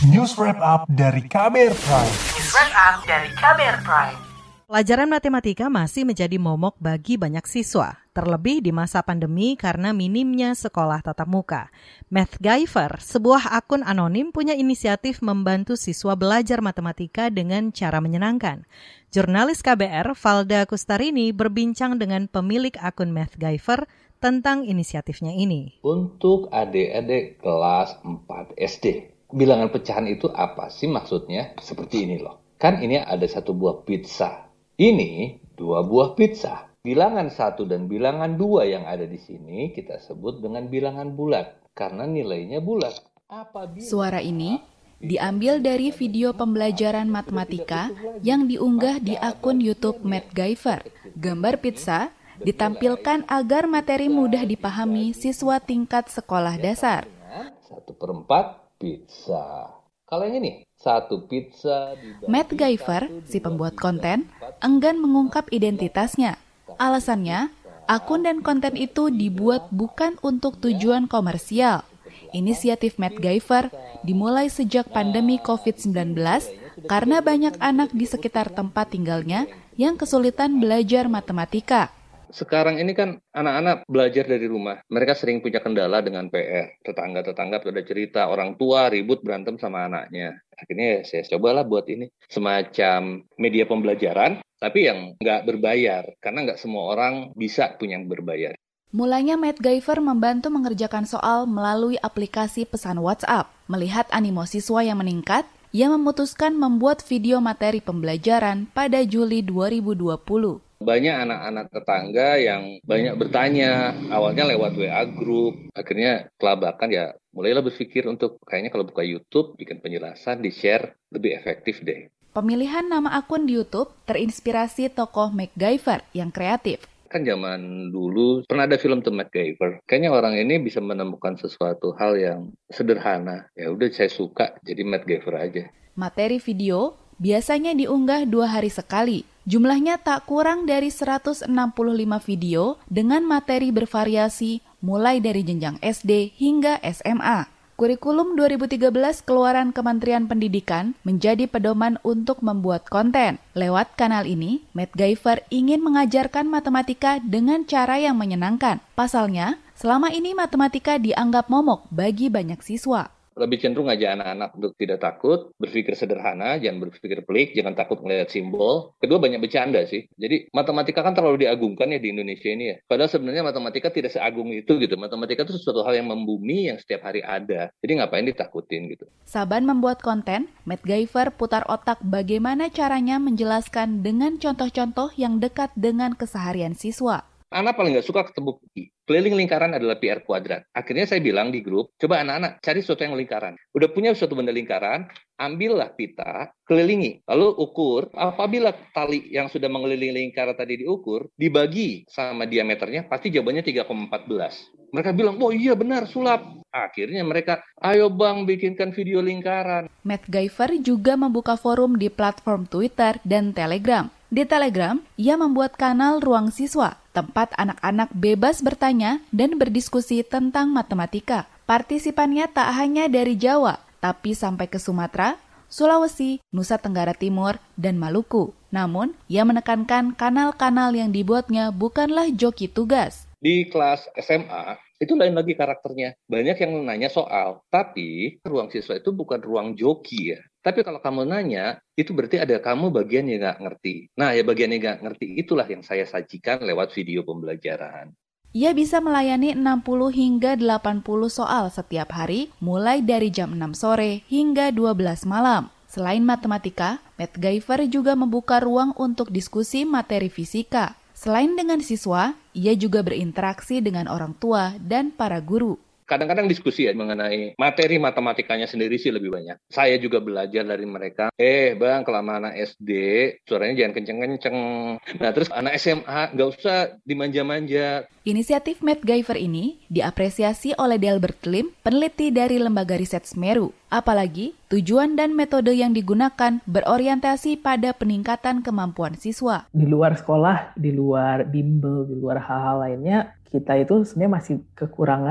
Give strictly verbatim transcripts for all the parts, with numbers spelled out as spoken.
News Wrap Up dari K B R Prime. News Wrap Up dari K B R Prime. Pelajaran matematika masih menjadi momok bagi banyak siswa, terlebih di masa pandemi karena minimnya sekolah tatap muka. MathGyver, sebuah akun anonim, punya inisiatif membantu siswa belajar matematika dengan cara menyenangkan. Jurnalis K B R, Valda Kustarini, berbincang dengan pemilik akun MathGyver tentang inisiatifnya ini. Untuk adik-adik kelas empat S D, bilangan pecahan itu apa sih maksudnya? Seperti ini loh. Kan ini ada satu buah pizza. Ini dua buah pizza. Bilangan satu dan bilangan dua yang ada di sini kita sebut dengan bilangan bulat karena nilainya bulat. Apabila Suara ini diambil dari video pembelajaran matematika yang diunggah di akun YouTube MathGyver. Gambar pizza ditampilkan agar materi mudah dipahami siswa tingkat sekolah dasar. Satu per empat pizza. Kalau yang ini, satu pizza. MathGyver, si pembuat konten, enggan mengungkap identitasnya. Alasannya, akun dan konten itu dibuat bukan untuk tujuan komersial. Inisiatif MathGyver dimulai sejak pandemi covid sembilan belas karena banyak anak di sekitar tempat tinggalnya yang kesulitan belajar matematika. Sekarang ini kan anak-anak belajar dari rumah. Mereka sering punya kendala dengan P R. Tetangga-tetangga pada cerita, orang tua ribut berantem sama anaknya. Akhirnya saya cobalah buat ini. Semacam media pembelajaran, tapi yang nggak berbayar. Karena nggak semua orang bisa punya yang berbayar. Mulanya MathGyver membantu mengerjakan soal melalui aplikasi pesan WhatsApp. Melihat animo siswa yang meningkat, ia memutuskan membuat video materi pembelajaran pada Juli dua ribu dua puluh. Banyak anak-anak tetangga yang banyak bertanya, awalnya lewat W A group, akhirnya kelabakan ya mulailah berpikir untuk kayaknya kalau buka YouTube, bikin penjelasan, di-share, lebih efektif deh. Pemilihan nama akun di YouTube terinspirasi tokoh MathGyver yang kreatif. Kan zaman dulu pernah ada film The MathGyver. Kayaknya orang ini bisa menemukan sesuatu hal yang sederhana. Ya udah saya suka jadi MathGyver aja. Materi video biasanya diunggah dua hari sekali. Jumlahnya tak kurang dari seratus enam puluh lima video dengan materi bervariasi mulai dari jenjang S D hingga S M A. Kurikulum dua ribu tiga belas keluaran Kementerian Pendidikan menjadi pedoman untuk membuat konten. Lewat kanal ini, MathGyver ingin mengajarkan matematika dengan cara yang menyenangkan. Pasalnya, selama ini matematika dianggap momok bagi banyak siswa. Lebih cenderung aja anak-anak untuk tidak takut, berpikir sederhana, jangan berpikir pelik, jangan takut melihat simbol. Kedua, banyak bercanda sih. Jadi matematika kan terlalu diagungkan ya di Indonesia ini ya. Padahal sebenarnya matematika tidak seagung itu gitu. Matematika itu sesuatu hal yang membumi yang setiap hari ada. Jadi ngapain ditakutin gitu. Saban membuat konten, MathGyver putar otak bagaimana caranya menjelaskan dengan contoh-contoh yang dekat dengan keseharian siswa. Anak paling nggak suka ketemu pi. Keliling lingkaran adalah pi r kuadrat. Akhirnya saya bilang di grup, coba anak-anak cari sesuatu yang lingkaran. Udah punya suatu benda lingkaran, ambillah pita, kelilingi. Lalu ukur, apabila tali yang sudah mengelilingi lingkaran tadi diukur, dibagi sama diameternya, pasti jawabannya tiga koma empat belas. Mereka bilang, oh iya benar, sulap. Akhirnya mereka, ayo bang bikinkan video lingkaran. MathGyver juga membuka forum di platform Twitter dan Telegram. Di Telegram, ia membuat kanal Ruang Siswa, tempat anak-anak bebas bertanya dan berdiskusi tentang matematika. Partisipannya tak hanya dari Jawa, tapi sampai ke Sumatera, Sulawesi, Nusa Tenggara Timur, dan Maluku. Namun, ia menekankan kanal-kanal yang dibuatnya bukanlah joki tugas. Di kelas S M A, itu lain lagi karakternya. Banyak yang nanya soal, tapi ruang siswa itu bukan ruang joki ya. Tapi kalau kamu nanya, itu berarti ada kamu bagian yang nggak ngerti. Nah, ya bagian yang nggak ngerti itulah yang saya sajikan lewat video pembelajaran. Ia bisa melayani enam puluh hingga delapan puluh soal setiap hari, mulai dari jam enam sore hingga dua belas malam. Selain matematika, MathGyver juga membuka ruang untuk diskusi materi fisika. Selain dengan siswa, ia juga berinteraksi dengan orang tua dan para guru. Kadang-kadang diskusi ya mengenai materi matematikanya sendiri sih lebih banyak. Saya juga belajar dari mereka. Eh bang, kelamaan anak S D, suaranya jangan kenceng-kenceng. Nah terus anak S M A, nggak usah dimanja-manja. Inisiatif MathGyver ini diapresiasi oleh Delbert Lim, peneliti dari Lembaga Riset Semeru. Apalagi, tujuan dan metode yang digunakan berorientasi pada peningkatan kemampuan siswa. Di luar sekolah, di luar bimbel, di luar hal-hal lainnya, kita itu sebenarnya masih kekurangan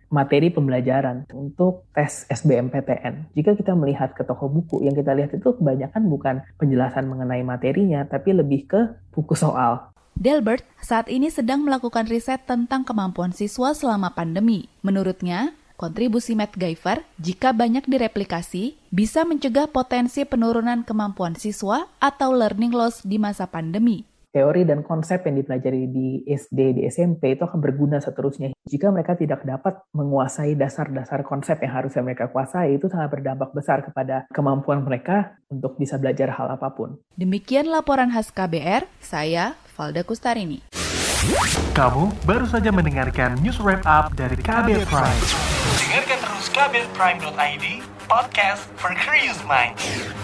materi pembelajaran untuk tes S B M P T N. Jika kita melihat ke toko buku, yang kita lihat itu kebanyakan bukan penjelasan mengenai materinya, tapi lebih ke buku soal. Delbert saat ini sedang melakukan riset tentang kemampuan siswa selama pandemi. Menurutnya, kontribusi MacGyver, jika banyak direplikasi, bisa mencegah potensi penurunan kemampuan siswa atau learning loss di masa pandemi. Teori dan konsep yang dipelajari di S D, di S M P itu akan berguna seterusnya. Jika mereka tidak dapat menguasai dasar-dasar konsep yang harusnya mereka kuasai, itu sangat berdampak besar kepada kemampuan mereka untuk bisa belajar hal apapun. Demikian laporan khas K B R, saya Valda Kustarini. Kamu baru saja mendengarkan News Wrap Up dari K B R Prime. Dengarkan terus k b r prime dot i d, podcast for curious minds.